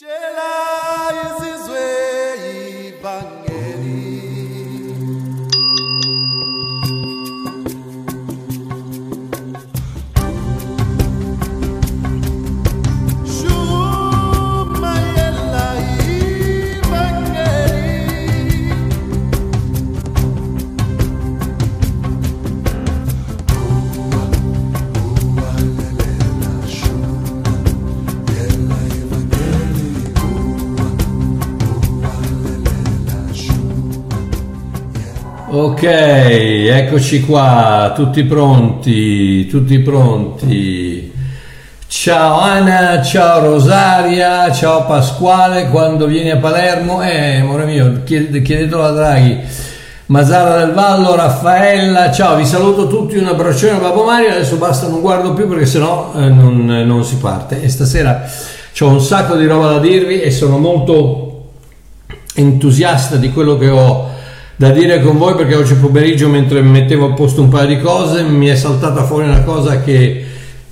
Ok, eccoci qua, tutti pronti, tutti pronti. Ciao Anna, ciao Rosaria, ciao Pasquale, quando vieni a Palermo, amore mio, chiedetelo a Draghi. Mazzara del Vallo, Raffaella, ciao, vi saluto tutti, un abbraccione a Babbo Mario, adesso basta, non guardo più perché sennò non si parte. E stasera ho un sacco di roba da dirvi e sono molto entusiasta di quello che ho da dire con voi, perché oggi pomeriggio, mentre mettevo a posto un paio di cose, mi è saltata fuori una cosa che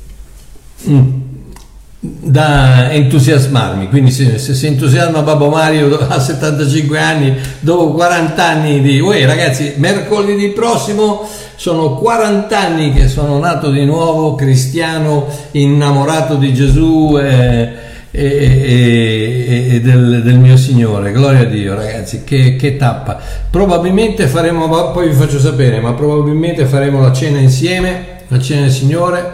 da entusiasmarmi. Quindi se si entusiasma Babbo Mario a 75 anni dopo 40 anni di ragazzi, mercoledì prossimo sono 40 anni che sono nato di nuovo, cristiano, innamorato di Gesù e del mio Signore. Gloria a Dio, ragazzi, che tappa. Probabilmente faremo, poi vi faccio sapere, ma probabilmente faremo la cena insieme, la cena del Signore.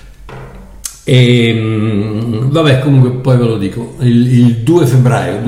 E vabbè, comunque poi ve lo dico. Il 2 febbraio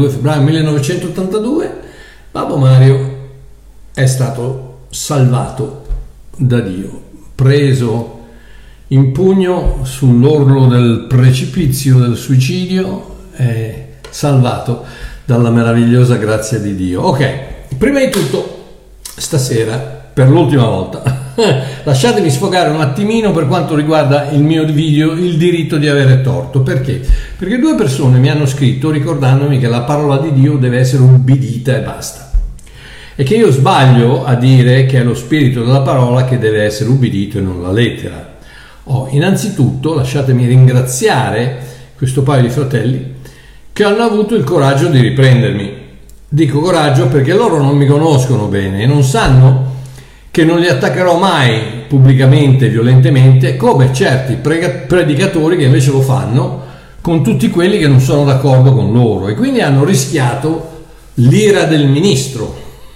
1982 Babbo Mario è stato salvato da Dio, preso in pugno sull'orlo del precipizio del suicidio, è salvato dalla meravigliosa grazia di Dio. Ok, prima di tutto, stasera, per l'ultima volta, lasciatemi sfogare un attimino per quanto riguarda il mio video, il diritto di avere torto. Perché? Perché 2 persone mi hanno scritto ricordandomi che la parola di Dio deve essere ubbidita e basta, e che io sbaglio a dire che è lo spirito della parola che deve essere ubbidito e non la lettera. Innanzitutto lasciatemi ringraziare questo paio di fratelli che hanno avuto il coraggio di riprendermi. Dico coraggio perché loro non mi conoscono bene e non sanno che non li attaccherò mai pubblicamente, violentemente, come certi predicatori che invece lo fanno con tutti quelli che non sono d'accordo con loro, e quindi hanno rischiato l'ira del ministro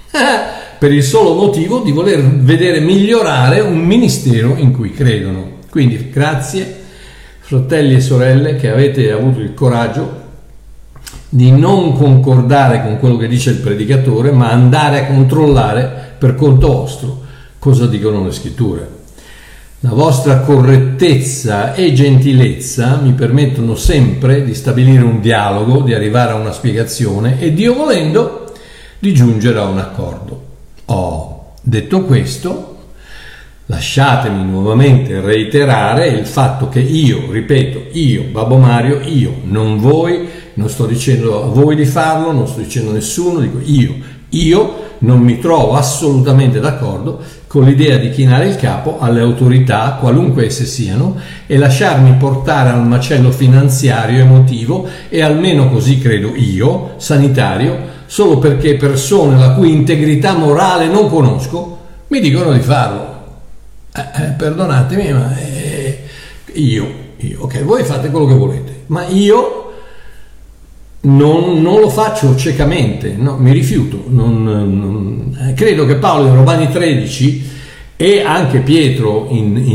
per il solo motivo di voler vedere migliorare un ministero in cui credono. Quindi grazie, fratelli e sorelle, che avete avuto il coraggio di non concordare con quello che dice il predicatore, ma andare a controllare per conto vostro cosa dicono le scritture. La vostra correttezza e gentilezza mi permettono sempre di stabilire un dialogo, di arrivare a una spiegazione e, Dio volendo, di giungere a un accordo. Detto questo, lasciatemi nuovamente reiterare il fatto che io, ripeto, io, Babbo Mario, io, non voi, non sto dicendo a voi di farlo, non sto dicendo a nessuno, dico io non mi trovo assolutamente d'accordo con l'idea di chinare il capo alle autorità, qualunque esse siano, e lasciarmi portare al macello finanziario, emotivo e, almeno così credo io, sanitario, solo perché persone la cui integrità morale non conosco mi dicono di farlo. Perdonatemi, ma io, ok, voi fate quello che volete, ma io non lo faccio ciecamente, no, mi rifiuto. Credo che Paolo in Romani 13 e anche Pietro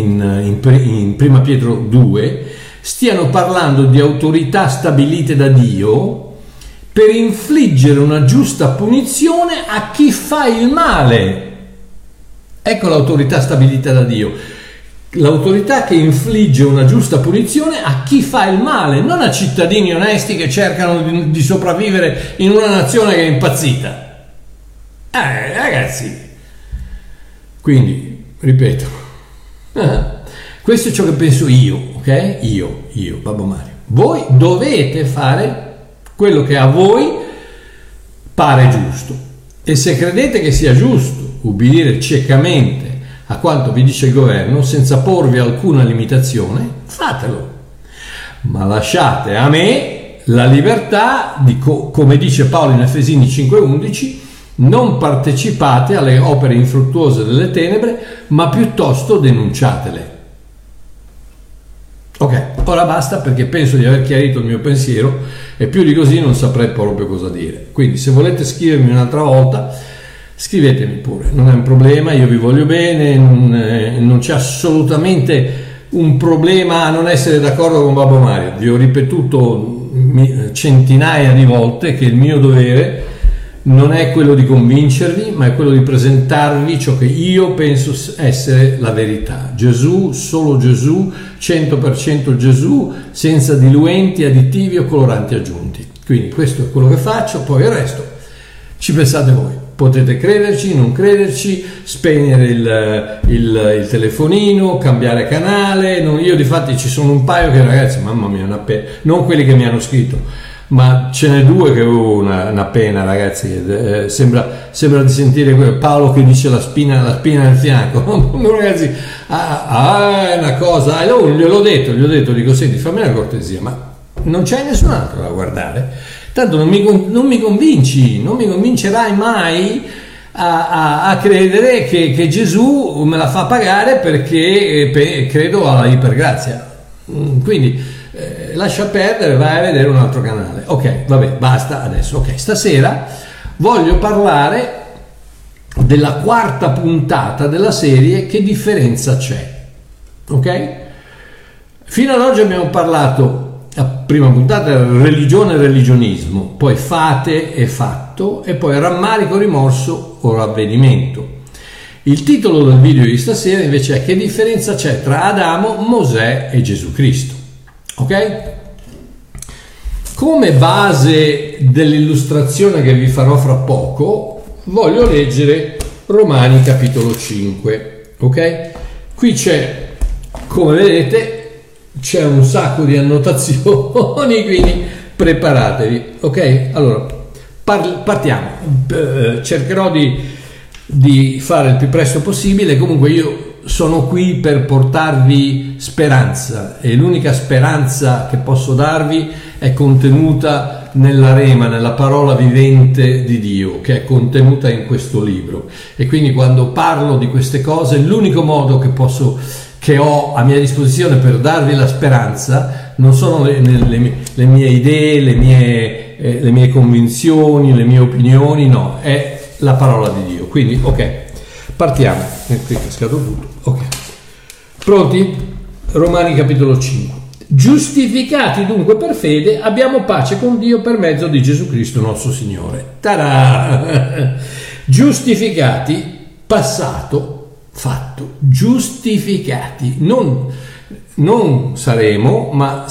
in Prima Pietro 2 stiano parlando di autorità stabilite da Dio per infliggere una giusta punizione a chi fa il male. Ecco l'autorità stabilita da Dio, l'autorità che infligge una giusta punizione a chi fa il male, non a cittadini onesti che cercano di sopravvivere in una nazione che è impazzita. Ragazzi, quindi, ripeto, questo è ciò che penso io, ok? Io, Babbo Mario. Voi dovete fare quello che a voi pare giusto, e se credete che sia giusto ubbidire ciecamente a quanto vi dice il governo senza porvi alcuna limitazione, fatelo, ma lasciate a me la libertà, come dice Paolo in Efesini 5:11, non partecipate alle opere infruttuose delle tenebre, ma piuttosto denunciatele. Ok, ora basta, perché penso di aver chiarito il mio pensiero e più di così non saprei proprio cosa dire. Quindi se volete scrivermi un'altra volta, scrivetemi pure, non è un problema, io vi voglio bene, non c'è assolutamente un problema a non essere d'accordo con Babbo Mario. Vi ho ripetuto centinaia di volte che il mio dovere non è quello di convincervi, ma è quello di presentarvi ciò che io penso essere la verità. Gesù, solo Gesù, 100% Gesù, senza diluenti, additivi o coloranti aggiunti. Quindi questo è quello che faccio, poi il resto ci pensate voi. Potete crederci, non crederci, spegnere il telefonino, cambiare canale. Io difatti ci sono un paio che, ragazzi, mamma mia, non quelli che mi hanno scritto, ma ce n'è due che ho una pena, ragazzi. Sembra di sentire Paolo che dice la spina nel fianco. Ragazzi, è una cosa. Gliel'ho detto, dico, senti, fammi una cortesia, ma non c'è nessun altro da guardare. Tanto non mi convincerai mai a credere che Gesù me la fa pagare perché credo alla ipergrazia. Quindi lascia perdere, vai a vedere un altro canale. Ok, vabbè, basta adesso. Ok, stasera voglio parlare della quarta puntata della serie Che differenza c'è. Ok? Fino ad oggi abbiamo parlato, la prima puntata era religione e religionismo, poi fate e fatto, e poi rammarico, rimorso o ravvedimento. Il titolo del video di stasera invece è Che differenza c'è tra Adamo, Mosè e Gesù Cristo. Ok? Come base dell'illustrazione che vi farò fra poco, voglio leggere Romani capitolo 5. Ok? Qui c'è, come vedete, c'è un sacco di annotazioni, quindi preparatevi. Ok? Allora, partiamo. Cercherò di fare il più presto possibile. Comunque io sono qui per portarvi speranza, e l'unica speranza che posso darvi è contenuta nella Rema, nella parola vivente di Dio, che è contenuta in questo libro. E quindi quando parlo di queste cose, l'unico modo che ho a mia disposizione per darvi la speranza non sono le mie idee, le mie convinzioni, le mie opinioni, no, è la parola di Dio. Quindi, ok, partiamo. Qui è cascato tutto. Ok, pronti? Romani capitolo 5. Giustificati dunque per fede abbiamo pace con Dio per mezzo di Gesù Cristo nostro Signore. Ta-da! Giustificati, passato, fatto. Giustificati, non saremo, ma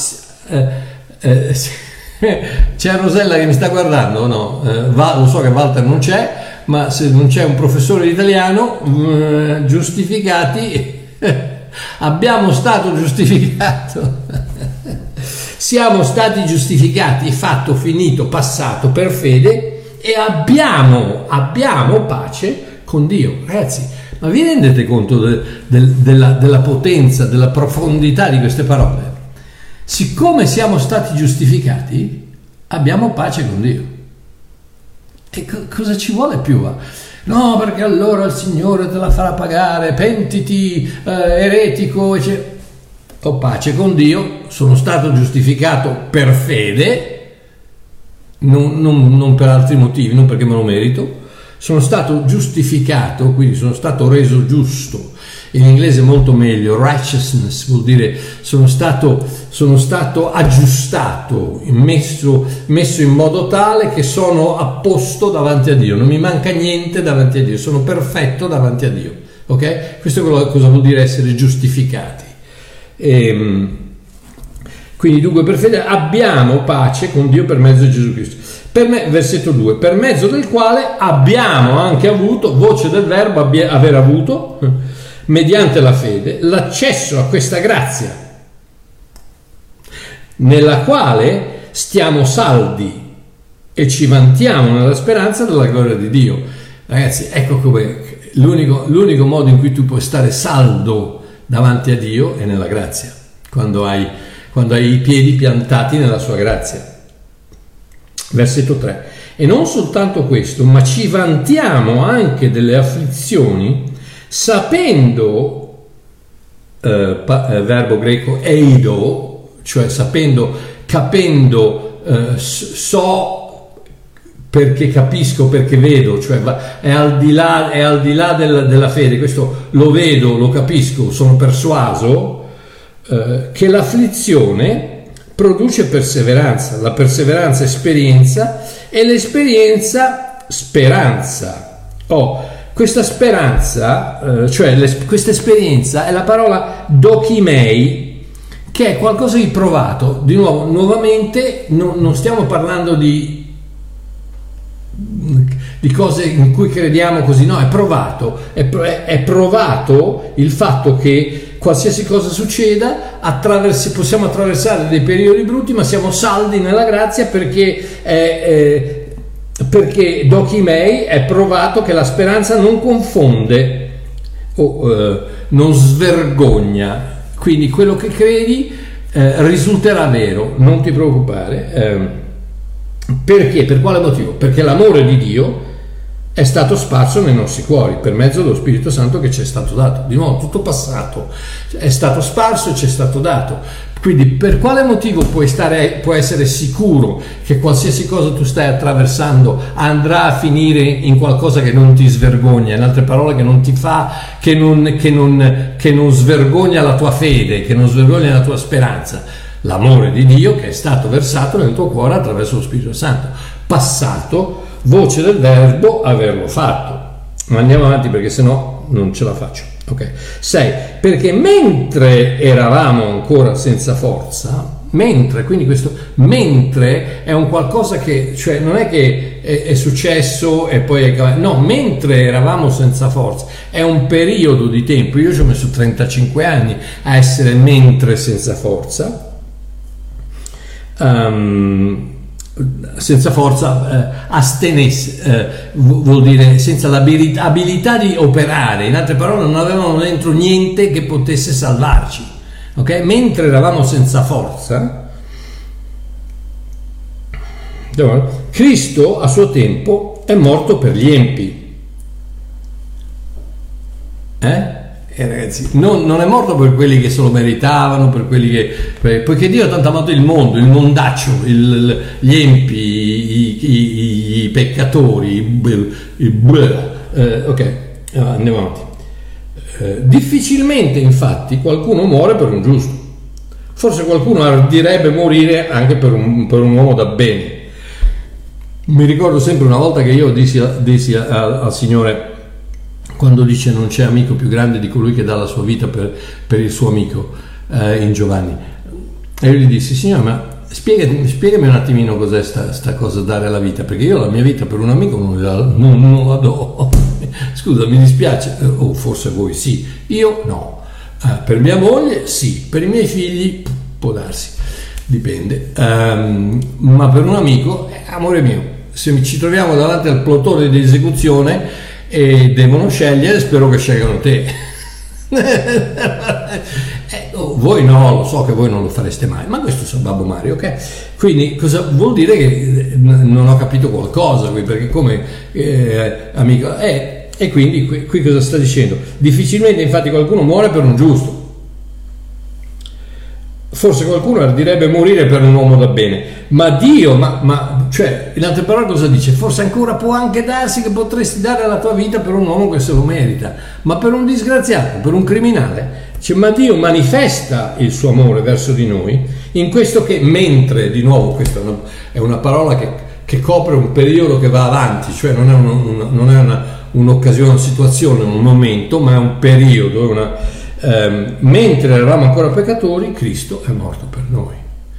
c'è Rosella che mi sta guardando, no? Lo so che Walter non c'è, ma se non c'è un professore di italiano, giustificati, abbiamo stato giustificato. Siamo stati giustificati, fatto, finito, passato per fede, e abbiamo pace con Dio. Ragazzi, ma vi rendete conto della potenza, della profondità di queste parole? Siccome siamo stati giustificati, abbiamo pace con Dio. E cosa ci vuole più? No, perché allora il Signore te la farà pagare, pentiti, eretico, eccetera. Ho pace con Dio, sono stato giustificato per fede, non per altri motivi, non perché me lo merito. Sono stato giustificato, quindi sono stato reso giusto. In inglese molto meglio, righteousness vuol dire sono stato aggiustato, messo in modo tale che sono a posto davanti a Dio, non mi manca niente davanti a Dio, sono perfetto davanti a Dio. Ok? Questo è cosa vuol dire essere giustificati. Quindi dunque per fede abbiamo pace con Dio per mezzo di Gesù Cristo. Versetto 2, per mezzo del quale abbiamo anche avuto, voce del verbo aver avuto, mediante la fede, l'accesso a questa grazia, nella quale stiamo saldi e ci vantiamo nella speranza della gloria di Dio. Ragazzi, ecco come l'unico modo in cui tu puoi stare saldo davanti a Dio è nella grazia, quando hai i piedi piantati nella sua grazia. Versetto 3. E non soltanto questo, ma ci vantiamo anche delle afflizioni, sapendo, verbo greco eido, cioè sapendo, capendo, so perché capisco, perché vedo, cioè è al di là della fede, questo lo vedo, lo capisco, sono persuaso, che l'afflizione produce perseveranza, la perseveranza esperienza e l'esperienza speranza. Questa speranza, questa esperienza è la parola dokimei, che è qualcosa di provato. Di nuovo, nuovamente, non stiamo parlando di cose in cui crediamo così, no, è provato, è provato il fatto che qualsiasi cosa succeda, possiamo attraversare dei periodi brutti, ma siamo saldi nella grazia perché dokimei è provato che la speranza non confonde o non svergogna, quindi quello che credi risulterà vero, non ti preoccupare. Perché? Per quale motivo? Perché l'amore di Dio è stato sparso nei nostri cuori per mezzo dello Spirito Santo che ci è stato dato. Di nuovo, tutto passato, è stato sparso e ci è stato dato. Quindi per quale motivo puoi essere sicuro che qualsiasi cosa tu stai attraversando andrà a finire in qualcosa che non ti svergogna, in altre parole che non ti fa, che non svergogna la tua fede, che non svergogna la tua speranza? L'amore di Dio che è stato versato nel tuo cuore attraverso lo Spirito Santo. Passato, voce del verbo, averlo fatto. Ma andiamo avanti perché sennò non ce la faccio. Ok. 6. Perché mentre eravamo ancora senza forza, quindi questo mentre è un qualcosa che, cioè non è che è successo e poi no, mentre eravamo senza forza, è un periodo di tempo. Io ci ho messo 35 anni a essere mentre senza forza. Senza forza, astenersi, vuol dire senza l'abilità di operare, in altre parole non avevamo dentro niente che potesse salvarci, ok? Mentre eravamo senza forza, Cristo a suo tempo è morto per gli empi, ragazzi, non è morto per quelli che se lo meritavano, per quelli che, poiché Dio ha tanto amato il mondo, il mondaccio, gli empi, i peccatori, ok, andiamo avanti. Difficilmente infatti qualcuno muore per un giusto, forse qualcuno ardirebbe morire anche per un uomo da bene. Mi ricordo sempre una volta che io dissi al Signore, quando dice non c'è amico più grande di colui che dà la sua vita per il suo amico, in Giovanni, e io gli dissi: Signore, ma spiegami un attimino cos'è sta cosa dare la vita, perché io la mia vita per un amico non la do. Scusa, mi dispiace, o forse voi sì, io no, per mia moglie sì, per i miei figli può darsi, dipende, ma per un amico, amore mio, se ci troviamo davanti al plotone di esecuzione e devono scegliere, spero che scelgano te. Voi no, lo so che voi non lo fareste mai, ma questo è Babbo Mario, ok? Quindi cosa vuol dire? Che non ho capito qualcosa qui, perché come amico, e quindi qui cosa sta dicendo? Difficilmente infatti qualcuno muore per un giusto, forse qualcuno ardirebbe morire per un uomo da bene, ma Dio, cioè, in altre parole cosa dice? Forse ancora può anche darsi che potresti dare la tua vita per un uomo che se lo merita, ma per un disgraziato, per un criminale, cioè, ma Dio manifesta il suo amore verso di noi in questo che mentre, di nuovo questa è una parola che copre un periodo che va avanti, cioè non è un'occasione, una situazione, un momento, ma è un periodo, mentre eravamo ancora peccatori, Cristo è morto per noi.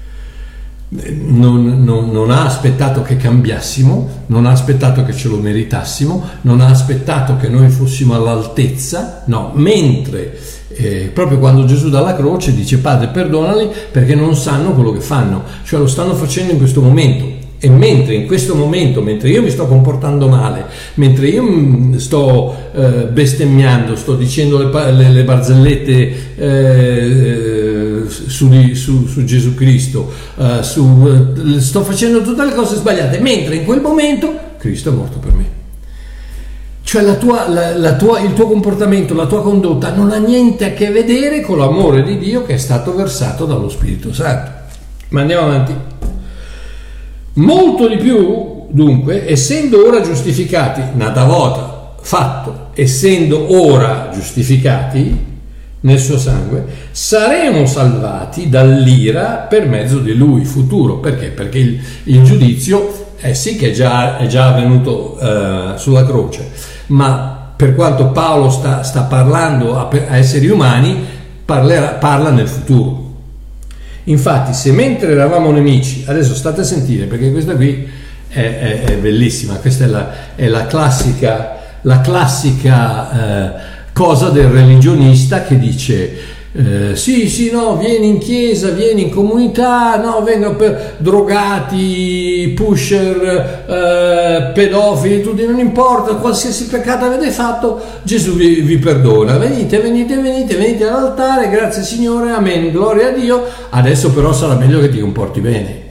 Non ha aspettato che cambiassimo, non ha aspettato che ce lo meritassimo, non ha aspettato che noi fossimo all'altezza, no, mentre proprio quando Gesù dalla croce dice: Padre, perdonali perché non sanno quello che fanno, cioè lo stanno facendo in questo momento. E mentre in questo momento, mentre io mi sto comportando male, mentre sto bestemmiando, sto dicendo le barzellette su Gesù Cristo, sto facendo tutte le cose sbagliate, mentre in quel momento Cristo è morto per me. Cioè il tuo comportamento, la tua condotta non ha niente a che vedere con l'amore di Dio che è stato versato dallo Spirito Santo. Ma andiamo avanti. Molto di più, dunque, essendo ora giustificati, nata vota, fatto, essendo ora giustificati nel suo sangue, saremo salvati dall'ira per mezzo di lui, futuro. Perché? Perché il giudizio sì che è già avvenuto sulla croce, ma per quanto Paolo sta parlando a esseri umani, parla nel futuro. Infatti, se mentre eravamo nemici, adesso state a sentire, perché questa qui è bellissima, questa è la classica cosa del religionista che dice sì, no, vieni in chiesa, vieni in comunità, no, vengono per drogati, pusher, pedofili, tutti, non importa, qualsiasi peccato avete fatto, Gesù vi perdona, venite all'altare, grazie Signore, amen, gloria a Dio, adesso però sarà meglio che ti comporti bene.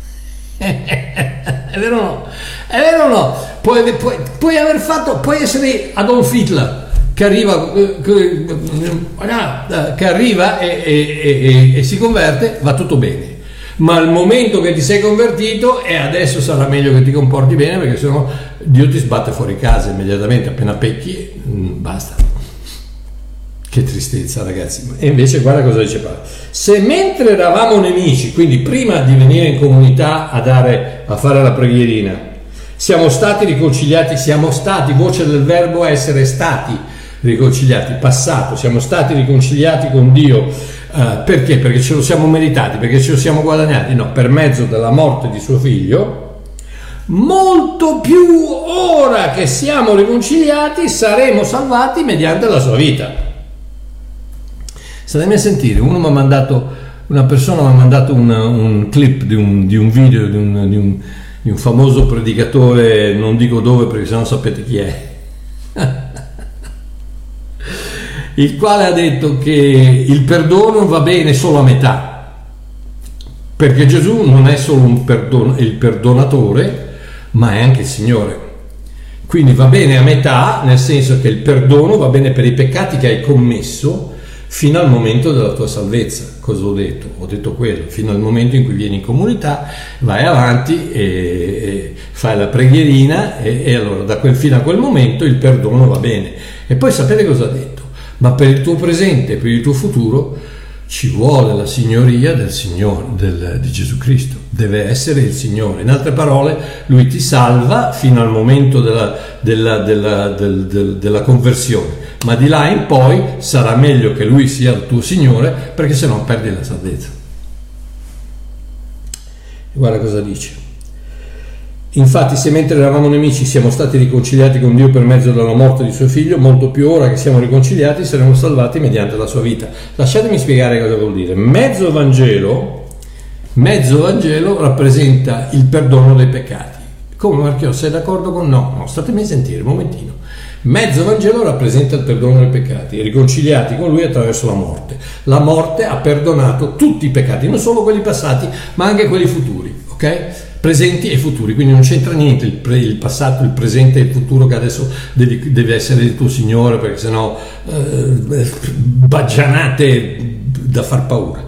È vero o no? È vero o no? Puoi essere Adolf Hitler che arriva e si converte, va tutto bene, ma al momento che ti sei convertito e adesso sarà meglio che ti comporti bene, perché sennò Dio ti sbatte fuori casa immediatamente, appena pecchi, basta. Che tristezza, ragazzi. E invece guarda cosa dice Paolo: se mentre eravamo nemici, quindi prima di venire in comunità a fare la preghierina, siamo stati riconciliati, voce del verbo essere stati riconciliati, passato, siamo stati riconciliati con Dio, perché? Perché ce lo siamo meritati, perché ce lo siamo guadagnati? No, per mezzo della morte di suo figlio. Molto più ora che siamo riconciliati saremo salvati mediante la sua vita. Statemi a sentire, una persona mi ha mandato un clip di un video di un famoso predicatore, non dico dove perché sennò sapete chi è, il quale ha detto che il perdono va bene solo a metà, perché Gesù non è solo il perdonatore, ma è anche il Signore. Quindi va bene a metà, nel senso che il perdono va bene per i peccati che hai commesso fino al momento della tua salvezza. Cosa ho detto? Ho detto quello, fino al momento in cui vieni in comunità, vai avanti e fai la preghierina e allora fino a quel momento il perdono va bene. E poi sapete cosa ha detto? Ma per il tuo presente e per il tuo futuro ci vuole la signoria del Signore, di Gesù Cristo, deve essere il Signore. In altre parole, Lui ti salva fino al momento della conversione, ma di là in poi sarà meglio che Lui sia il tuo Signore, perché se no perdi la salvezza. Guarda cosa dice: infatti, se mentre eravamo nemici siamo stati riconciliati con Dio per mezzo della morte di suo figlio, molto più ora che siamo riconciliati saremo salvati mediante la sua vita. Lasciatemi spiegare cosa vuol dire. Mezzo Vangelo rappresenta il perdono dei peccati. Come, Marchio, sei d'accordo con no? No, statemi a sentire un momentino. Mezzo Vangelo rappresenta il perdono dei peccati, riconciliati con Lui attraverso la morte. La morte ha perdonato tutti i peccati, non solo quelli passati, ma anche quelli futuri, ok? Presenti e futuri, quindi non c'entra niente il passato, il presente e il futuro, che adesso deve essere il tuo Signore, perché sennò baggianate da far paura.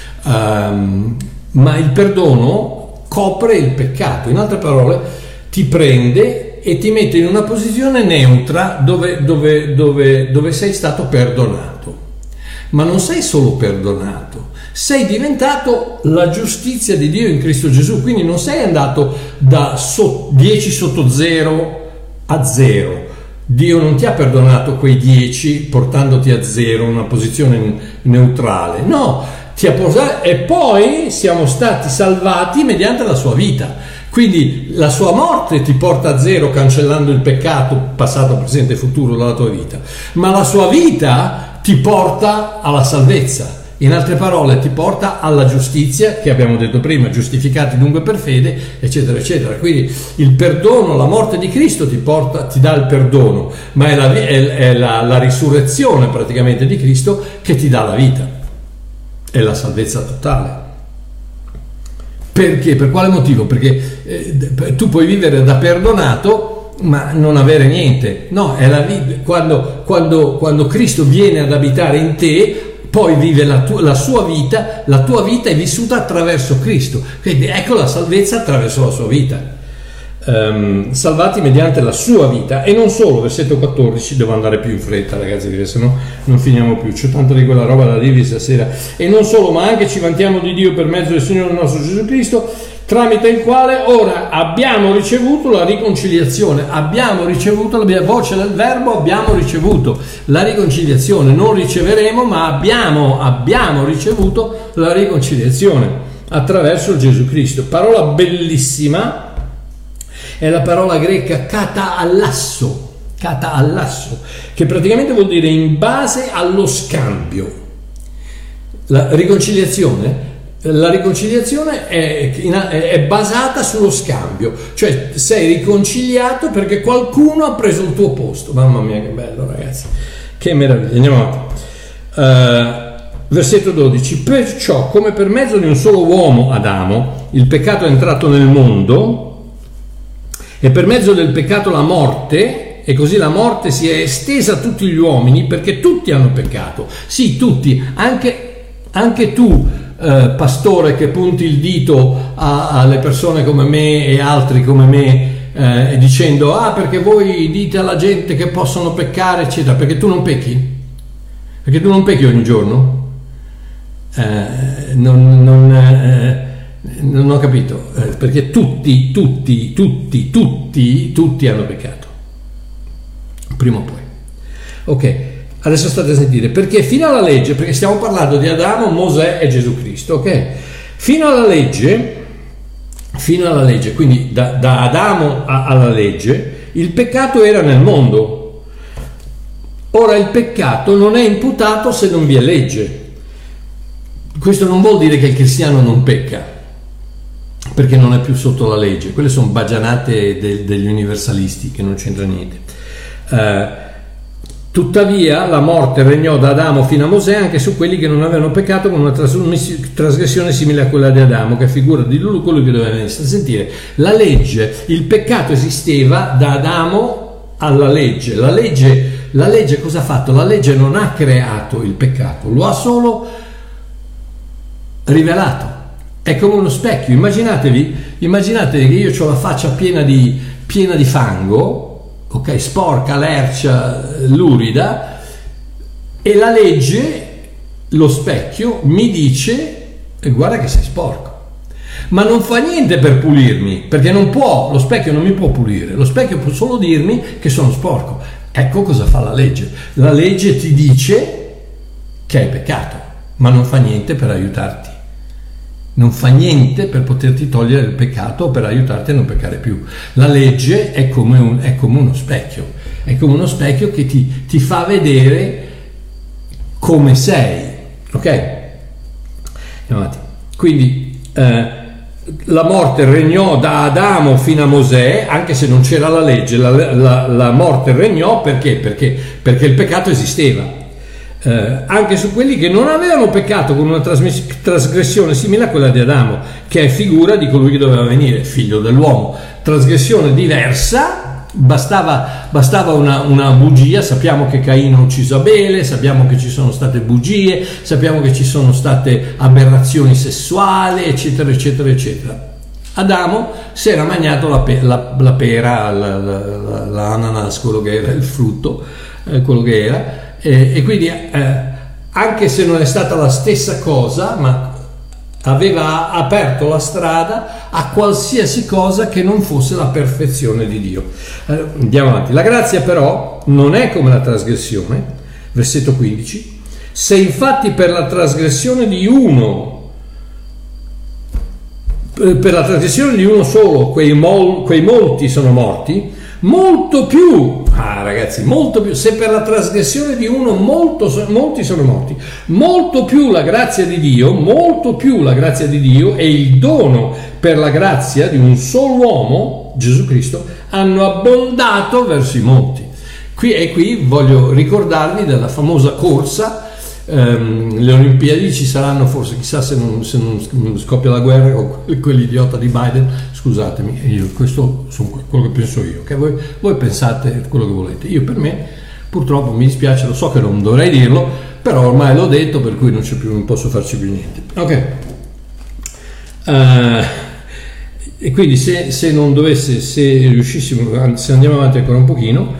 Ma il perdono copre il peccato, in altre parole ti prende e ti mette in una posizione neutra dove sei stato perdonato. Ma non sei solo perdonato, sei diventato la giustizia di Dio in Cristo Gesù, quindi non sei andato da 10 sotto 0 a 0. Dio non ti ha perdonato quei 10 portandoti a 0, una posizione neutrale, no, ti ha posato, e poi siamo stati salvati mediante la sua vita. Quindi la sua morte ti porta a 0, cancellando il peccato passato, presente e futuro dalla tua vita, ma la sua vita ti porta alla salvezza. In altre parole, ti porta alla giustizia, che abbiamo detto prima, giustificati dunque per fede, eccetera, eccetera. Quindi il perdono, la morte di Cristo ti dà il perdono, ma è la risurrezione praticamente di Cristo che ti dà la vita, è la salvezza totale. Perché? Per quale motivo? Perché tu puoi vivere da perdonato ma non avere niente. No, è la vita. Quando Cristo viene ad abitare in te, poi vive la sua vita, la tua vita è vissuta attraverso Cristo. Quindi ecco la salvezza attraverso la sua vita. Salvati mediante la sua vita. E non solo, versetto 14, devo andare più in fretta ragazzi, perché sennò non finiamo più, c'è tanto di quella roba da dirvi stasera. E non solo, ma anche ci vantiamo di Dio per mezzo del Signore nostro Gesù Cristo, tramite il quale ora abbiamo ricevuto la riconciliazione. Abbiamo ricevuto, la voce del verbo, abbiamo ricevuto la riconciliazione. Non riceveremo, ma abbiamo ricevuto la riconciliazione attraverso Gesù Cristo. Parola bellissima, è la parola greca kataallasso, che praticamente vuol dire in base allo scambio. La riconciliazione è basata sullo scambio, cioè sei riconciliato perché qualcuno ha preso il tuo posto. Mamma mia che bello ragazzi, che meraviglia. Andiamo avanti. Versetto 12: perciò come per mezzo di un solo uomo, Adamo, il peccato è entrato nel mondo, e per mezzo del peccato la morte, e così la morte si è estesa a tutti gli uomini, perché tutti hanno peccato. Sì, tutti, anche tu, pastore, che punti il dito alle persone come me e altri come me, dicendo perché voi dite alla gente che possono peccare, eccetera, perché tu non pecchi? Perché tu non pecchi ogni giorno? Non ho capito, perché tutti hanno peccato, prima o poi. Ok, adesso state a sentire, perché fino alla legge, perché stiamo parlando di Adamo, Mosè e Gesù Cristo, ok? Fino alla legge, quindi da Adamo alla legge, il peccato era nel mondo. Ora il peccato non è imputato se non vi è legge. Questo non vuol dire che il cristiano non pecca, perché non è più sotto la legge. Quelle sono bagianate degli universalisti, che non c'entra niente. Tuttavia la morte regnò da Adamo fino a Mosè anche su quelli che non avevano peccato con una trasgressione simile a quella di Adamo, che è figura di colui che doveva venire. Sentire, la legge, il peccato esisteva da Adamo alla legge. La legge cosa ha fatto? La legge non ha creato il peccato, lo ha solo rivelato. È come uno specchio. Immaginatevi che io ho la faccia piena di fango, ok, sporca, lercia, lurida, e la legge, lo specchio, mi dice guarda che sei sporco, ma non fa niente per pulirmi, perché non può, lo specchio non mi può pulire, lo specchio può solo dirmi che sono sporco. Ecco cosa fa la legge. La legge ti dice che hai peccato, ma non fa niente per aiutarti. Non fa niente per poterti togliere il peccato o per aiutarti a non peccare più. La legge è come uno specchio, è come uno specchio che ti fa vedere come sei, ok? Andiamo avanti. Quindi la morte regnò da Adamo fino a Mosè, anche se non c'era la legge, la morte regnò perché il peccato esisteva. Anche su quelli che non avevano peccato con una trasgressione simile a quella di Adamo, che è figura di colui che doveva venire, figlio dell'uomo. Trasgressione diversa, bastava una bugia. Sappiamo che Caino ha ucciso Abele, sappiamo che ci sono state bugie, sappiamo che ci sono state aberrazioni sessuali, eccetera eccetera eccetera. Adamo si era mangiato la pera, l'ananas, quello che era il frutto, quello che era. E quindi anche se non è stata la stessa cosa, ma aveva aperto la strada a qualsiasi cosa che non fosse la perfezione di Dio. Andiamo avanti. La grazia però non è come la trasgressione, versetto 15. Se infatti per la trasgressione di uno solo quei molti sono morti, molto più, ragazzi, molto più, se per la trasgressione di uno molti sono morti, molto più la grazia di Dio, molto più la grazia di Dio e il dono per la grazia di un solo uomo, Gesù Cristo, hanno abbondato verso i molti. Qui voglio ricordarvi della famosa corsa. Le Olimpiadi ci saranno, forse, chissà se non scoppia la guerra con quell'idiota di Biden, scusatemi, questo sono quello che penso io, che voi pensate quello che volete. Io, per me, purtroppo, mi dispiace, lo so che non dovrei dirlo, però ormai l'ho detto, per cui non posso farci più niente. Ok, e quindi se non dovesse, se riuscissimo, se andiamo avanti ancora un pochino,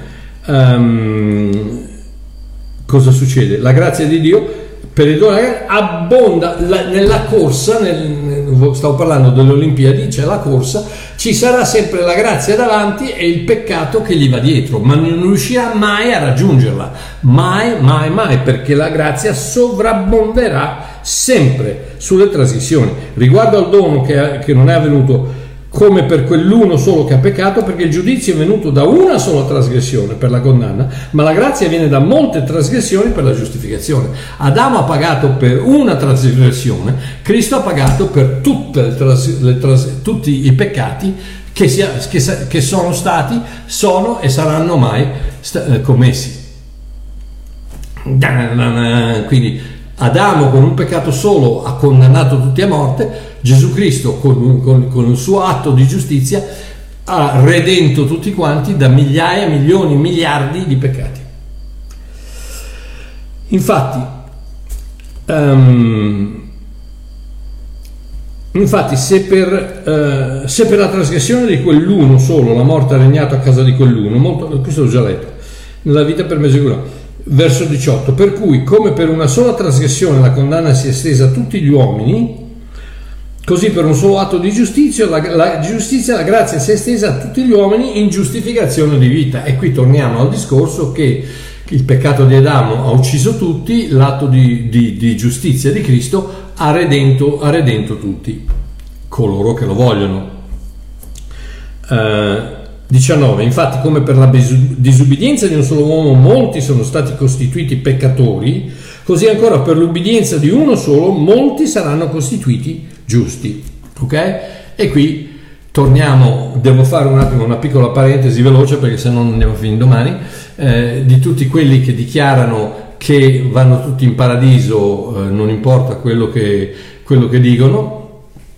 cosa succede? La grazia di Dio per il dono abbonda nella corsa, stavo parlando delle Olimpiadi, c'è la corsa, ci sarà sempre la grazia davanti e il peccato che gli va dietro, ma non riuscirà mai a raggiungerla, mai, perché la grazia sovrabbonderà sempre sulle trasgressioni. Riguardo al dono che non è avvenuto come per quell'uno solo che ha peccato, perché il giudizio è venuto da una sola trasgressione per la condanna, ma la grazia viene da molte trasgressioni per la giustificazione. Adamo ha pagato per una trasgressione, Cristo ha pagato per tutti i peccati che sono stati, sono e saranno mai commessi. Quindi Adamo con un peccato solo ha condannato tutti a morte, Gesù Cristo con il suo atto di giustizia ha redento tutti quanti da migliaia, milioni, miliardi di peccati. Infatti se per la trasgressione di quell'uno solo la morte ha regnato a causa di quell'uno, questo l'ho già letto, nella vita per mezzo di uno. Verso 18, per cui come per una sola trasgressione la condanna si è estesa a tutti gli uomini, così per un solo atto di giustizia la grazia si è estesa a tutti gli uomini in giustificazione di vita. E qui torniamo al discorso che il peccato di Adamo ha ucciso tutti, l'atto di giustizia di Cristo ha redento tutti coloro che lo vogliono. 19. Infatti, come per la disubbidienza di un solo uomo molti sono stati costituiti peccatori, così ancora per l'ubbidienza di uno solo molti saranno costituiti giusti. Ok? E qui torniamo, devo fare un attimo una piccola parentesi veloce perché se no non andiamo a finire domani, di tutti quelli che dichiarano che vanno tutti in paradiso, non importa quello che dicono.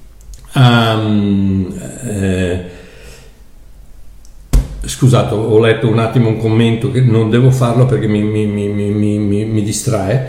Scusate, ho letto un attimo un commento che non devo farlo perché mi distrae.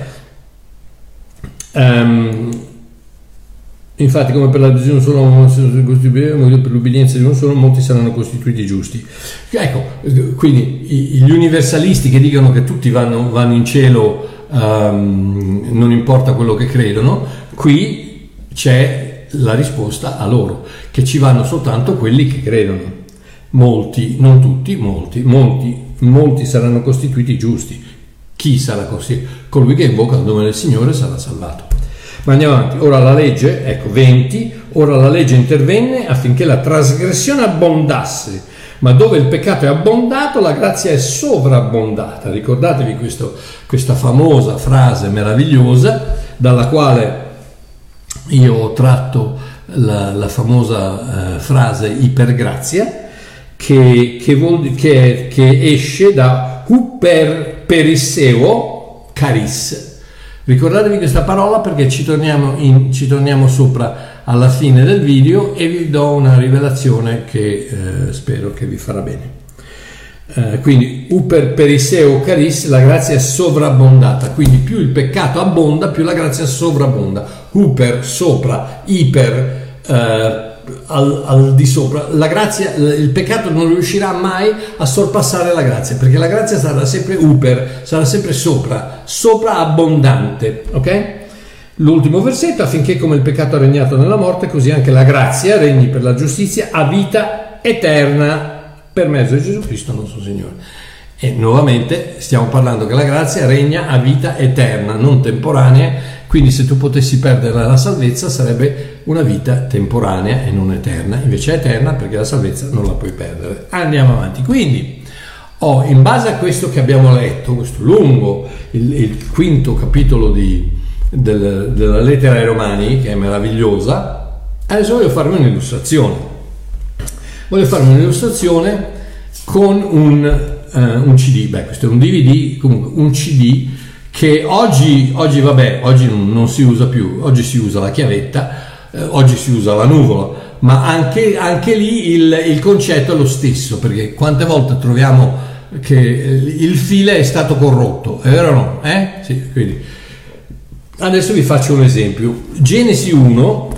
Infatti, come per la decisione solo per l'ubbidienza di uno solo, molti saranno costituiti giusti. Ecco, quindi gli universalisti che dicono che tutti vanno in cielo, non importa quello che credono, qui c'è la risposta a loro, che ci vanno soltanto quelli che credono. Molti, non tutti, molti saranno costituiti giusti. Chi sarà così? Colui che invoca il nome del Signore sarà salvato. Ma andiamo avanti. Ora la legge, ecco 20, ora la legge intervenne affinché la trasgressione abbondasse, ma dove il peccato è abbondato la grazia è sovrabbondata. Ricordatevi questa famosa frase meravigliosa dalla quale io ho tratto la famosa frase ipergrazia, che esce da huper perisseo charis. Ricordatevi questa parola perché ci torniamo sopra alla fine del video e vi do una rivelazione che spero che vi farà bene. Quindi huper perisseo charis, la grazia è sovrabbondata, quindi più il peccato abbonda più la grazia sovrabbonda. Huper sopra, iper al di sopra, la grazia, il peccato non riuscirà mai a sorpassare la grazia, perché la grazia sarà sempre uper, sarà sempre sopra abbondante. Ok? L'ultimo versetto: affinché come il peccato ha regnato nella morte, così anche la grazia regni per la giustizia a vita eterna per mezzo di Gesù Cristo nostro Signore. E nuovamente stiamo parlando che la grazia regna a vita eterna, non temporanea. Quindi se tu potessi perdere la salvezza sarebbe una vita temporanea e non eterna, invece è eterna perché la salvezza non la puoi perdere. Andiamo avanti. Quindi in base a questo che abbiamo letto, questo lungo, il quinto capitolo della lettera ai Romani, che è meravigliosa, adesso voglio farmi un'illustrazione. Con un CD, questo è un DVD, comunque un CD che oggi non si usa più, oggi si usa la chiavetta, oggi si usa la nuvola, ma anche lì il concetto è lo stesso, perché quante volte troviamo che il file è stato corrotto, è vero o no? Sì, quindi adesso vi faccio un esempio. Genesi 1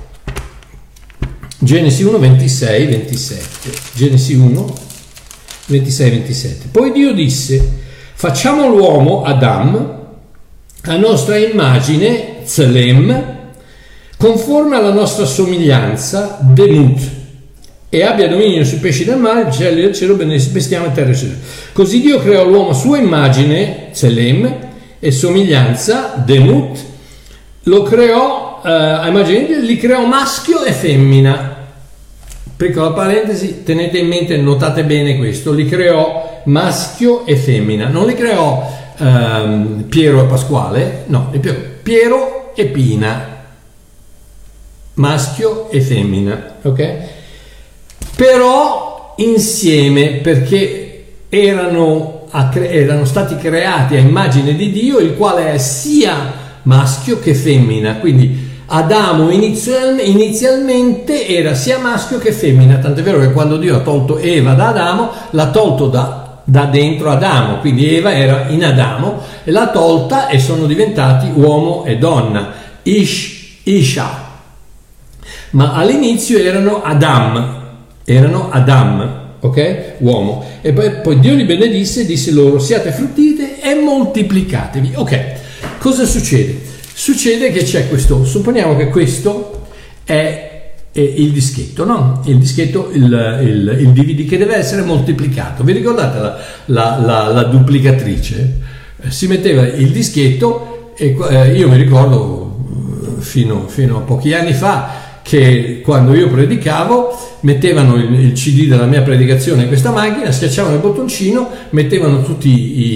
26 27. Genesi 1 26 27. Poi Dio disse: facciamo l'uomo Adam a nostra immagine, Tselem, conforme alla nostra somiglianza, Demut, e abbia dominio sui pesci del mare, uccelli del cielo, bestiame e terra e cielo. Così Dio creò l'uomo a sua immagine, Tselem, e somiglianza, Demut, lo creò a immagine di Dio, li creò maschio e femmina. Piccola parentesi, tenete in mente, notate bene questo, li creò maschio e femmina, non li creò Piero e Pasquale, no, li creò Piero e Pina, maschio e femmina, ok? Però insieme, perché erano stati creati a immagine di Dio, il quale è sia maschio che femmina, quindi Adamo inizialmente era sia maschio che femmina, tant'è vero che quando Dio ha tolto Eva da Adamo, l'ha tolto da dentro Adamo, quindi Eva era in Adamo e l'ha tolta e sono diventati uomo e donna, Isha, ma all'inizio erano Adam, ok? Uomo. E poi Dio li benedisse e disse loro: siate fruttite e moltiplicatevi. Ok, cosa succede? Succede che c'è questo, supponiamo che questo è il dischetto, no? Il dischetto, il DVD che deve essere moltiplicato. Vi ricordate la duplicatrice? Si metteva il dischetto e io mi ricordo fino a pochi anni fa che quando io predicavo mettevano il CD della mia predicazione in questa macchina, schiacciavano il bottoncino, mettevano tutti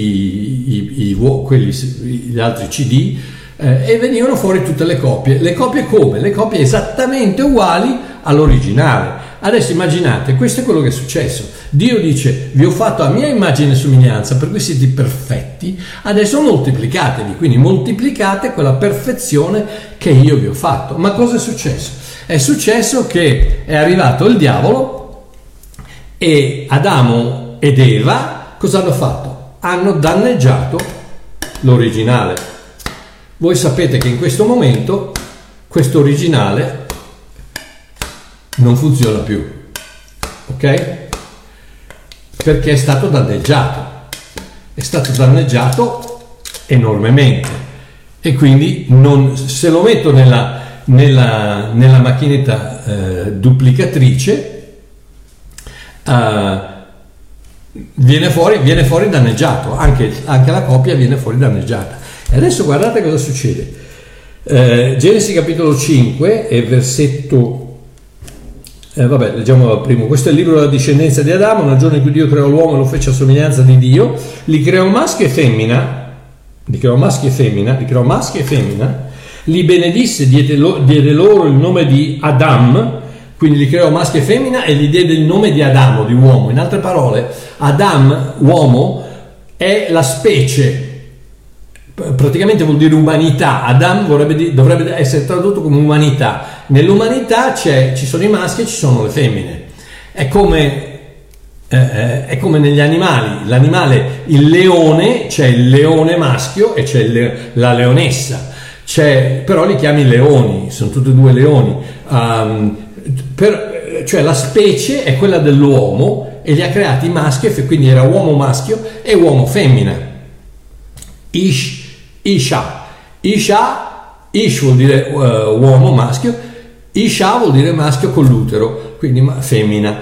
gli altri CD e venivano fuori tutte le copie. Le copie come? Le copie esattamente uguali all'originale. Adesso immaginate, questo è quello che è successo. Dio dice: vi ho fatto a mia immagine e somiglianza, per cui siete perfetti, adesso moltiplicatevi, quindi moltiplicate quella perfezione che io vi ho fatto. Ma cosa è successo? È successo che è arrivato il diavolo e Adamo ed Eva cosa hanno fatto? Hanno danneggiato l'originale. Voi sapete che in questo momento questo originale non funziona più, ok? Perché è stato danneggiato enormemente e quindi se lo metto nella macchinetta duplicatrice viene fuori danneggiato, anche la copia viene fuori danneggiata. E adesso guardate cosa succede. Genesi capitolo 5 e versetto leggiamo dal primo. Questo è il libro della discendenza di Adamo. Nel giorno in cui Dio creò l'uomo e lo fece a somiglianza di Dio, li creò maschi e femmina, li benedisse, diede loro il nome di Adam, quindi li creò maschi e femmina e gli diede il nome di Adamo, di uomo. In altre parole, Adam, uomo, è la specie, praticamente vuol dire umanità. Adam dovrebbe essere tradotto come umanità. Nell'umanità ci sono i maschi e ci sono le femmine. È come negli animali. L'animale, il leone, c'è il leone maschio e c'è la leonessa. Però li chiami leoni, sono tutti e due leoni. Cioè la specie è quella dell'uomo e li ha creati maschi, quindi era uomo maschio e uomo femmina. Ish vuol dire uomo maschio, Isha vuol dire maschio con l'utero, quindi femmina,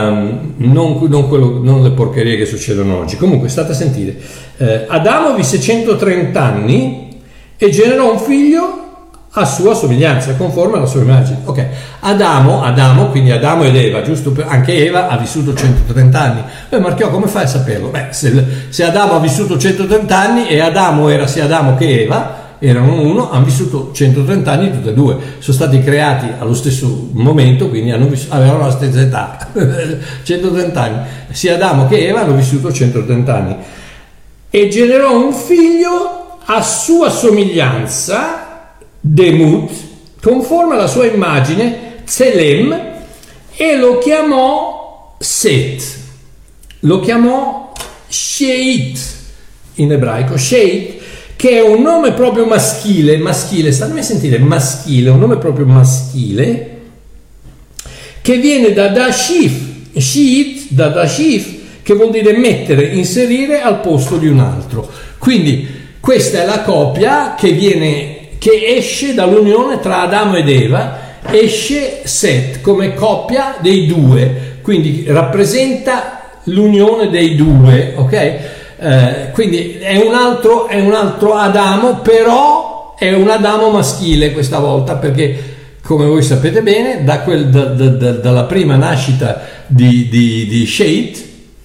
non le porcherie che succedono oggi. Comunque state a sentire, Adamo visse 130 anni e generò un figlio a sua somiglianza, conforme alla sua immagine. Ok, Adamo, quindi Adamo ed Eva, giusto? Anche Eva ha vissuto 130 anni. Marchiò, come fai a saperlo? Beh, se Adamo ha vissuto 130 anni e Adamo era sia Adamo che Eva, erano uno, hanno vissuto 130 anni tutti e due, sono stati creati allo stesso momento, quindi avevano la stessa età, 130 anni. Sia Adamo che Eva hanno vissuto 130 anni. E generò un figlio a sua somiglianza, Demut, conforme alla sua immagine, Tselem, e lo chiamò Set. Lo chiamò Sheit in ebraico, Sheit, che è un nome proprio maschile, statemi a sentire, maschile, un nome proprio maschile, che viene da Dashif, Sheit, da Dashif, che vuol dire mettere, inserire al posto di un altro. Quindi questa è la coppia che esce dall'unione tra Adamo ed Eva, esce Set come coppia dei due, quindi rappresenta l'unione dei due, ok? Quindi è un altro Adamo, però è un Adamo maschile questa volta, perché come voi sapete bene dalla prima nascita di Sheit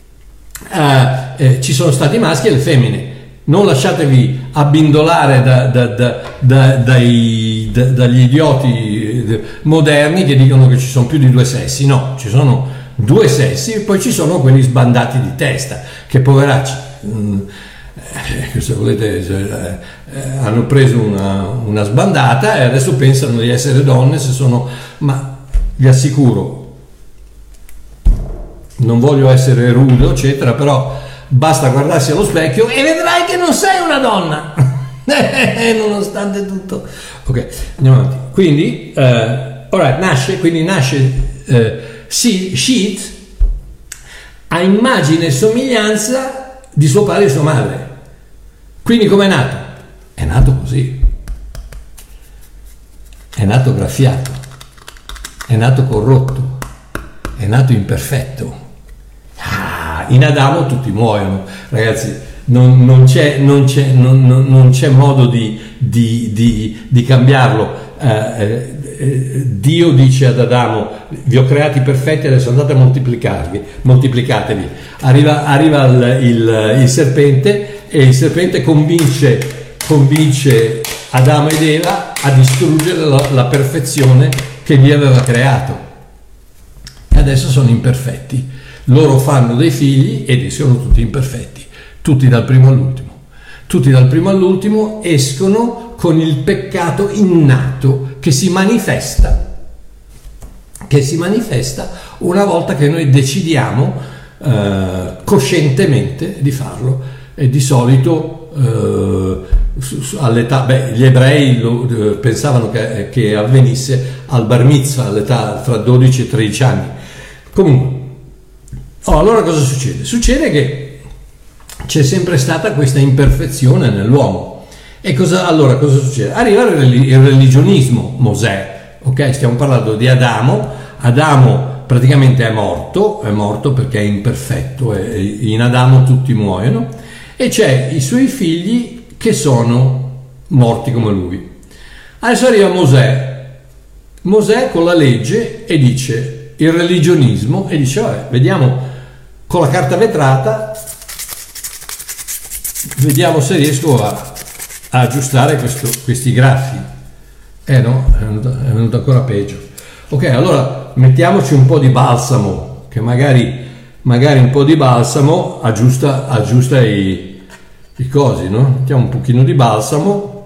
ci sono stati maschi e le femmine. Non lasciatevi abbindolare dagli idioti moderni che dicono che ci sono più di due sessi. No, ci sono due sessi e poi ci sono quelli sbandati di testa che poveracci, se volete, hanno preso una sbandata e adesso pensano di essere donne, ma vi assicuro, non voglio essere rudo eccetera, però basta guardarsi allo specchio e vedrai che non sei una donna nonostante tutto. Ok, andiamo avanti. Quindi nasce Sheit a immagine e somiglianza di suo padre e sua madre. Quindi com'è nato? È nato così, è nato graffiato, è nato corrotto, è nato imperfetto. In Adamo tutti muoiono, ragazzi, non c'è modo di cambiarlo. Dio dice ad Adamo: vi ho creati perfetti, adesso andate a moltiplicatevi. Arriva il serpente, e il serpente convince Adamo ed Eva a distruggere la perfezione che Dio aveva creato, e adesso sono imperfetti. Loro fanno dei figli ed sono tutti imperfetti, tutti dal primo all'ultimo escono con il peccato innato che si manifesta una volta che noi decidiamo coscientemente di farlo. E di solito all'età, gli ebrei pensavano che avvenisse al bar mitzvah, all'età tra 12 e 13 anni. Comunque, allora cosa succede? Succede che c'è sempre stata questa imperfezione nell'uomo. E cosa succede? Arriva il religionismo, Mosè, ok? Stiamo parlando di Adamo. Adamo praticamente è morto perché è imperfetto, e in Adamo tutti muoiono, e c'è i suoi figli che sono morti come lui. Adesso arriva Mosè con la legge e dice, il religionismo, e dice: vabbè, vediamo con la carta vetrata, vediamo se riesco a aggiustare questi graffi. No, è venuto ancora peggio. Ok, allora mettiamoci un po' di balsamo, che magari un po' di balsamo aggiusta i cosi, no? Mettiamo un pochino di balsamo,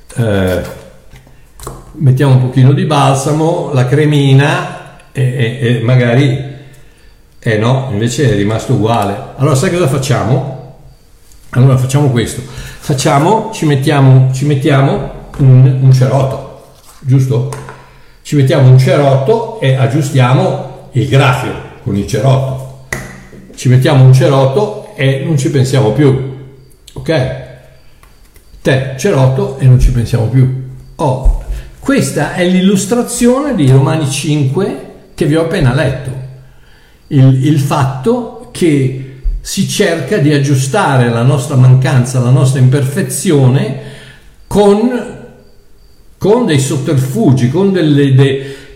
la cremina, e magari no, invece è rimasto uguale. Allora sai cosa facciamo? Allora facciamo questo, ci mettiamo un cerotto, giusto? Ci mettiamo un cerotto e aggiustiamo il graffio con il cerotto. Ci mettiamo un cerotto e non ci pensiamo più, ok? Cerotto e non ci pensiamo più. Questa è l'illustrazione di Romani 5 che vi ho appena letto. Il fatto che si cerca di aggiustare la nostra mancanza, la nostra imperfezione con con dei sotterfugi, con delle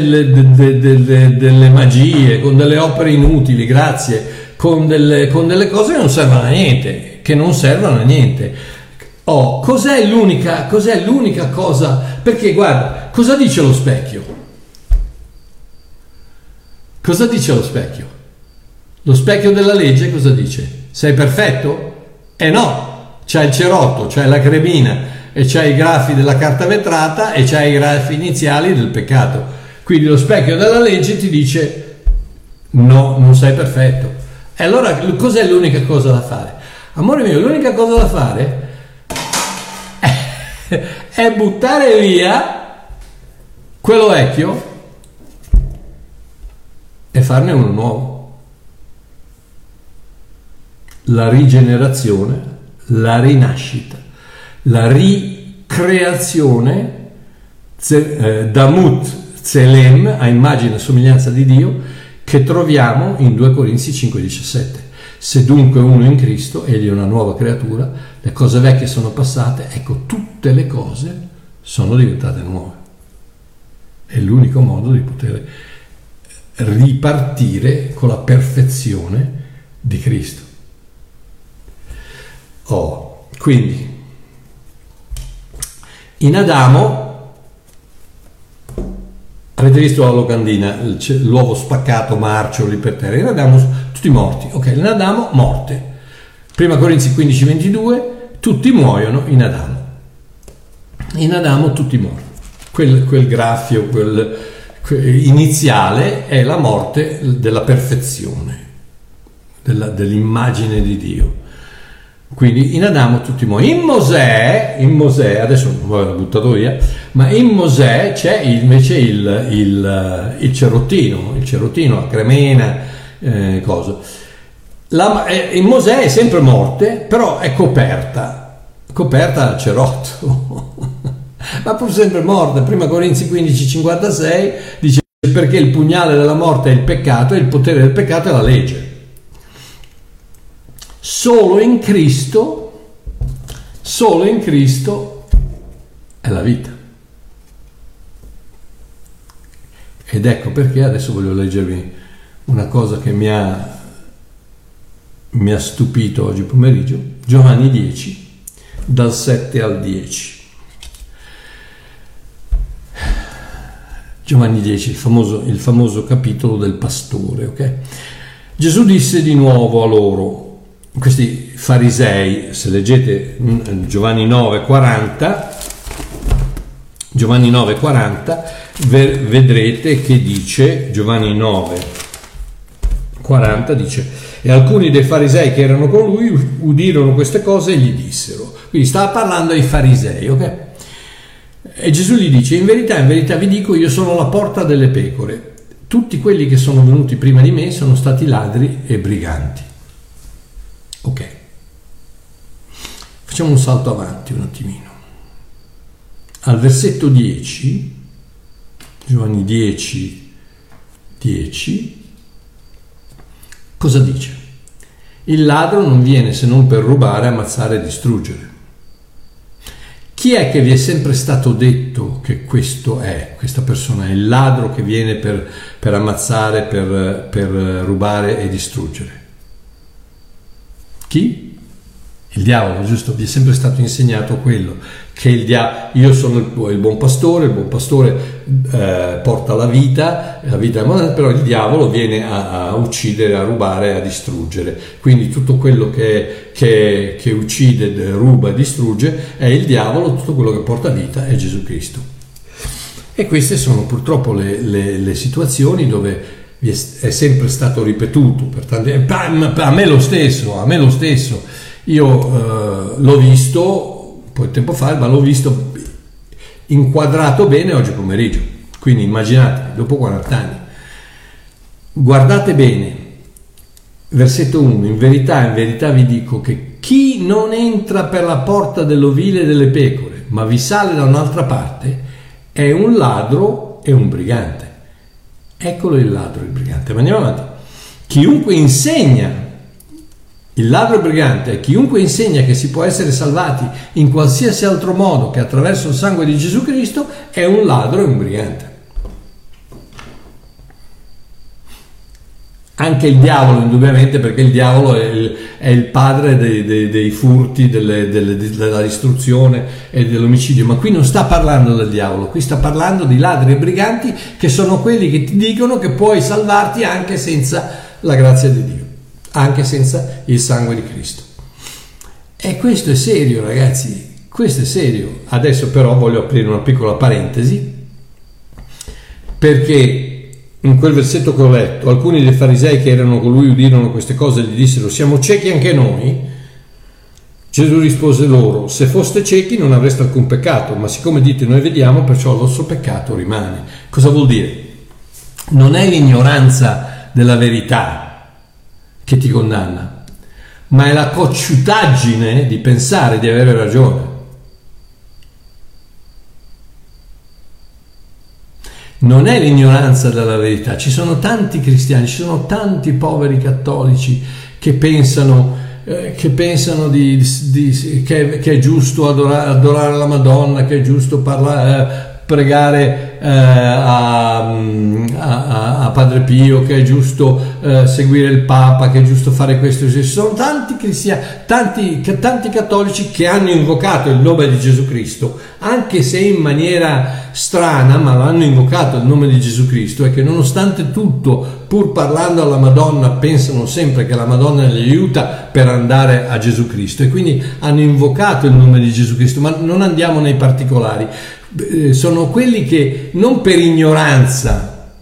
magie, con delle opere inutili, grazie, con delle cose che non servono a niente. Cos'è l'unica cosa? Perché guarda, cosa dice lo specchio? Cosa dice lo specchio? Lo specchio della legge cosa dice? Sei perfetto? No, c'hai il cerotto, c'hai la cremina e c'hai i grafi della carta vetrata e c'hai i grafi iniziali del peccato. Quindi lo specchio della legge ti dice no, non sei perfetto. E allora cos'è l'unica cosa da fare? Amore mio, l'unica cosa da fare è buttare via quello vecchio e farne uno nuovo. La rigenerazione, la rinascita, la ricreazione, Damut Zelem, a immagine e somiglianza di Dio, che troviamo in 2 Corinzi 5,17. Se dunque uno è in Cristo, egli è una nuova creatura, le cose vecchie sono passate, ecco, tutte le cose sono diventate nuove. È l'unico modo di poter ripartire con la perfezione di Cristo. Quindi in Adamo avete visto la locandina, l'uovo spaccato marcio lì per terra. In Adamo tutti morti, ok, in Adamo morte. Prima Corinzi 15:22, tutti muoiono in Adamo. In Adamo tutti morti. Quel graffio, iniziale è la morte della perfezione, dell'immagine di Dio. Quindi in Adamo tutti muoiono. In Mosè, adesso l'ho buttato via, ma in Mosè c'è invece il cerottino, la cremena, cosa. In Mosè è sempre morte, però è coperta dal cerotto. Ma pur sempre morta. Prima Corinzi 15:56 dice perché il pugnale della morte è il peccato e il potere del peccato è la legge. Solo in Cristo è la vita. Ed ecco perché adesso voglio leggervi una cosa che mi ha stupito oggi pomeriggio, Giovanni 10, dal 7 al 10. Giovanni 10, il famoso capitolo del pastore, ok? Gesù disse di nuovo a loro, questi farisei, se leggete Giovanni 9:40, vedrete che dice, Giovanni 9:40 dice, e alcuni dei farisei che erano con lui udirono queste cose e gli dissero, quindi stava parlando ai farisei, ok? E Gesù gli dice, in verità vi dico, io sono la porta delle pecore, tutti quelli che sono venuti prima di me sono stati ladri e briganti. Ok, facciamo un salto avanti un attimino. Al versetto 10, Giovanni 10, cosa dice? Il ladro non viene se non per rubare, ammazzare e distruggere. Chi è che vi è sempre stato detto che questa persona è il ladro che viene per ammazzare, per rubare e distruggere? Chi? Il diavolo, giusto? Vi è sempre stato insegnato quello, che io sono il buon pastore porta la vita è buona, però il diavolo viene a uccidere, a rubare, a distruggere. Quindi tutto quello che uccide, ruba e distrugge è il diavolo, tutto quello che porta vita è Gesù Cristo. E queste sono purtroppo le situazioni dove è sempre stato ripetuto per tanti, a me lo stesso, io l'ho visto un po' di tempo fa, ma l'ho visto inquadrato bene oggi pomeriggio, quindi immaginatevi, dopo 40 anni, guardate bene, versetto 1, in verità vi dico che chi non entra per la porta dell'ovile delle pecore, ma vi sale da un'altra parte, è un ladro e un brigante. Eccolo il ladro e il brigante. Ma andiamo avanti. Chiunque insegna Il ladro e brigante è chiunque insegna che si può essere salvati in qualsiasi altro modo che attraverso il sangue di Gesù Cristo è un ladro e un brigante. Anche il diavolo, indubbiamente, perché il diavolo è il padre dei furti, della distruzione e dell'omicidio. Ma qui non sta parlando del diavolo, qui sta parlando di ladri e briganti, che sono quelli che ti dicono che puoi salvarti anche senza la grazia di Dio, anche senza il sangue di Cristo. E questo è serio, ragazzi, questo è serio. Adesso però voglio aprire una piccola parentesi, perché in quel versetto che ho letto, alcuni dei farisei che erano con lui udirono queste cose e gli dissero: siamo ciechi anche noi? Gesù rispose loro: se foste ciechi non avreste alcun peccato, ma siccome dite noi vediamo, perciò il vostro peccato rimane. Cosa vuol dire? Non è l'ignoranza della verità che ti condanna, ma è la cocciutaggine di pensare di avere ragione. Non è l'ignoranza della verità. Ci sono tanti cristiani, ci sono tanti poveri cattolici che pensano che è giusto adorare la Madonna, che è giusto pregare a Padre Pio, che è giusto seguire il Papa, che è giusto fare questo. Ci sono tanti cristiani, tanti cattolici che hanno invocato il nome di Gesù Cristo, anche se in maniera strana, ma hanno invocato il nome di Gesù Cristo, e che nonostante tutto, pur parlando alla Madonna, pensano sempre che la Madonna li aiuta per andare a Gesù Cristo, e quindi hanno invocato il nome di Gesù Cristo. Ma non andiamo nei particolari. Sono quelli che non per ignoranza,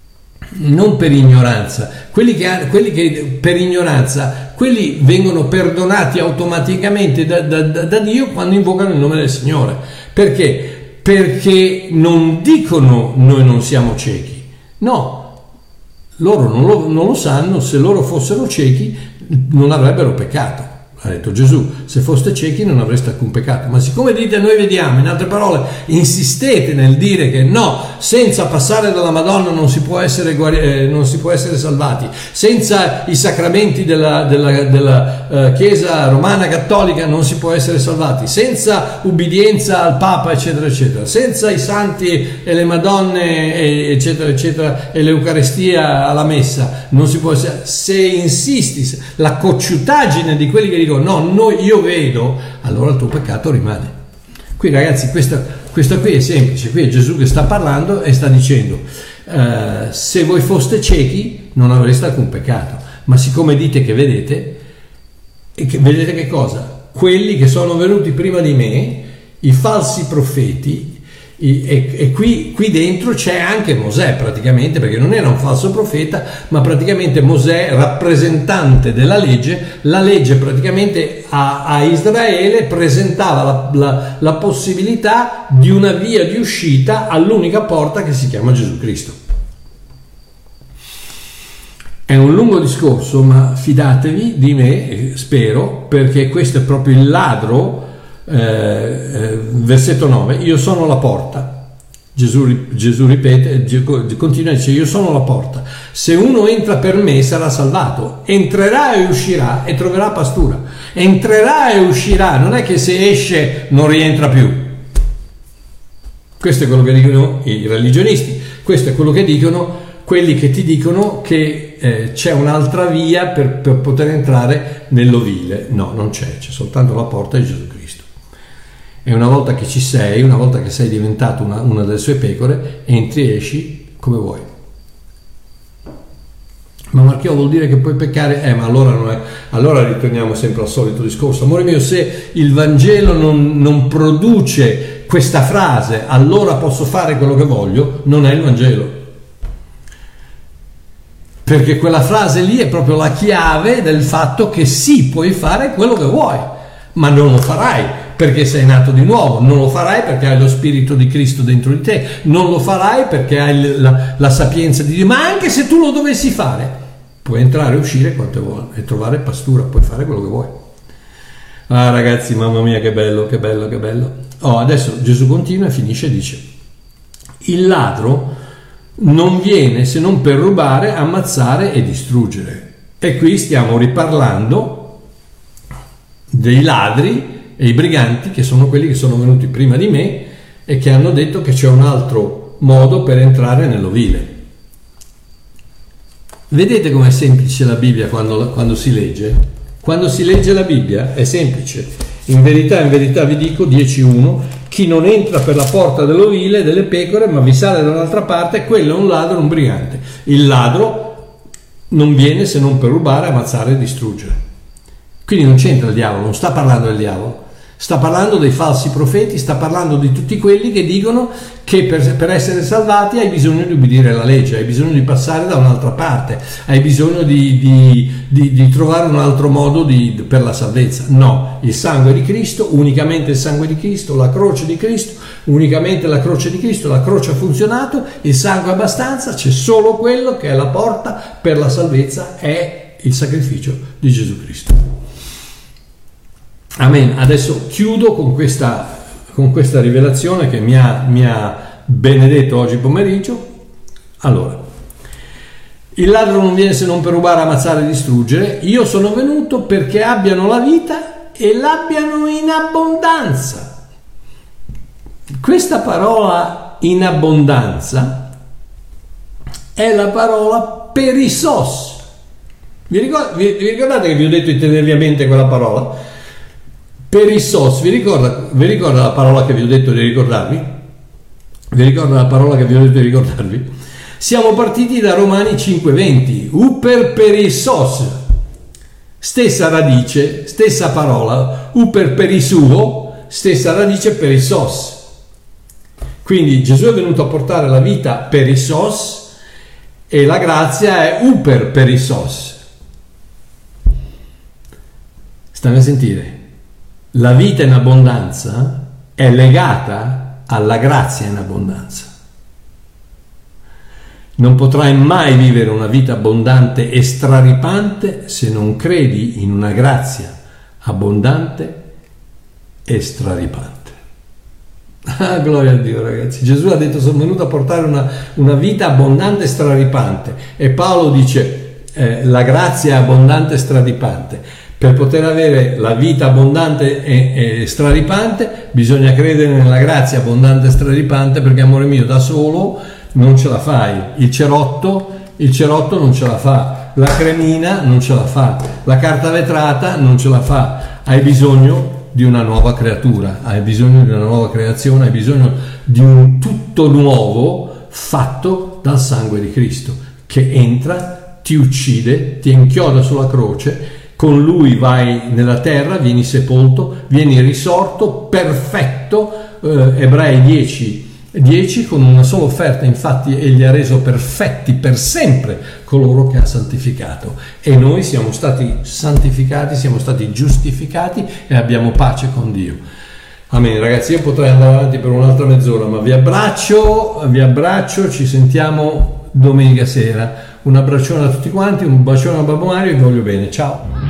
quelli che per ignoranza, quelli vengono perdonati automaticamente da Dio quando invocano il nome del Signore. Perché? Perché non dicono noi non siamo ciechi, no, loro non lo sanno. Se loro fossero ciechi non avrebbero peccato. Ha detto Gesù: se foste ciechi non avreste alcun peccato. Ma siccome dite noi vediamo, in altre parole insistete nel dire che no, senza passare dalla Madonna non si può essere salvati, senza i sacramenti della Chiesa romana cattolica non si può essere salvati, senza ubbidienza al Papa eccetera eccetera, senza i santi e le Madonne eccetera eccetera e l'Eucarestia alla messa non si può essere. Se insisti, la cocciutaggine di quelli che dicono no, io vedo, allora il tuo peccato rimane. Qui, ragazzi, questa qui è semplice. Qui è Gesù che sta parlando e sta dicendo se voi foste ciechi non avreste alcun peccato, ma siccome dite che vedete, che cosa? Quelli che sono venuti prima di me, i falsi profeti, e qui dentro c'è anche Mosè, praticamente, perché non era un falso profeta, ma praticamente Mosè, rappresentante della legge. La legge praticamente a Israele presentava la possibilità di una via di uscita all'unica porta che si chiama Gesù Cristo. È un lungo discorso, ma fidatevi di me, spero, perché questo è proprio il ladro. Versetto 9: io sono la porta. Gesù ripete, continua a dire: io sono la porta, se uno entra per me sarà salvato, entrerà e uscirà e troverà pastura. Entrerà e uscirà, non è che se esce non rientra più. Questo è quello che dicono i religionisti, questo è quello che dicono quelli che ti dicono che c'è un'altra via per poter entrare nell'ovile. No, non c'è soltanto la porta di Gesù Cristo. E una volta che ci sei, una volta che sei diventato una delle sue pecore, entri e esci come vuoi. Ma Marchio, vuol dire che puoi peccare? Ma allora non è. Allora ritorniamo sempre al solito discorso. Amore mio, se il Vangelo non produce questa frase, allora posso fare quello che voglio, non è il Vangelo. Perché quella frase lì è proprio la chiave del fatto che sì, puoi fare quello che vuoi, ma non lo farai perché sei nato di nuovo, non lo farai perché hai lo Spirito di Cristo dentro di te, non lo farai perché hai la sapienza di Dio. Ma anche se tu lo dovessi fare, puoi entrare e uscire quanto vuoi e trovare pastura, puoi fare quello che vuoi. Ah, ragazzi, mamma mia, che bello, che bello, che bello. Adesso Gesù continua e finisce e dice: il ladro non viene se non per rubare, ammazzare e distruggere. E qui stiamo riparlando dei ladri e i briganti, che sono quelli che sono venuti prima di me e che hanno detto che c'è un altro modo per entrare nell'ovile. Vedete com'è semplice la Bibbia quando si legge? Quando si legge la Bibbia è semplice. In verità vi dico, 10:1, chi non entra per la porta dell'ovile delle pecore, ma vi sale da un'altra parte, quello è un ladro, un brigante. Il ladro non viene se non per rubare, ammazzare e distruggere. Quindi non c'entra il diavolo, non sta parlando del diavolo, sta parlando dei falsi profeti, sta parlando di tutti quelli che dicono che per essere salvati hai bisogno di ubbidire la legge, hai bisogno di passare da un'altra parte, hai bisogno di trovare un altro modo per la salvezza. No, il sangue di Cristo, unicamente il sangue di Cristo, la croce di Cristo, unicamente la croce di Cristo, la croce ha funzionato, il sangue è abbastanza, c'è solo quello che è la porta per la salvezza, è il sacrificio di Gesù Cristo. Amen. Adesso chiudo con questa rivelazione che mi ha benedetto oggi pomeriggio. Allora, il ladro non viene se non per rubare, ammazzare e distruggere. Io sono venuto perché abbiano la vita e l'abbiano in abbondanza. Questa parola in abbondanza è la parola perissos. Vi ricordate che vi ho detto di tenervi a mente quella parola? Perissos, vi ricorda la parola che vi ho detto di ricordarvi? Vi ricorda la parola che vi ho detto di ricordarvi? Siamo partiti da Romani 5:20, uper perissos, stessa radice, stessa parola, uper perisuo, stessa radice perissos. Quindi Gesù è venuto a portare la vita perissos e la grazia è uper perissos. State a sentire? La vita in abbondanza è legata alla grazia in abbondanza. Non potrai mai vivere una vita abbondante e straripante se non credi in una grazia abbondante e straripante. Ah, gloria a Dio, ragazzi. Gesù ha detto: sono venuto a portare una vita abbondante e straripante, e Paolo dice la grazia è abbondante e straripante. Per poter avere la vita abbondante e straripante bisogna credere nella grazia abbondante e straripante, perché, amore mio, da solo non ce la fai. Il cerotto non ce la fa, la cremina non ce la fa, la carta vetrata non ce la fa. Hai bisogno di una nuova creatura, hai bisogno di una nuova creazione, hai bisogno di un tutto nuovo fatto dal sangue di Cristo, che entra, ti uccide, ti inchioda sulla croce. Con lui vai nella terra, vieni sepolto, vieni risorto perfetto. Ebrei 10, con una sola offerta infatti egli ha reso perfetti per sempre coloro che ha santificato, e noi siamo stati santificati, siamo stati giustificati e abbiamo pace con Dio. Amen. Ragazzi, io potrei andare avanti per un'altra mezz'ora, ma vi abbraccio, ci sentiamo domenica sera. Un abbraccione a tutti quanti, un bacione a Babbo Mario, vi voglio bene, ciao.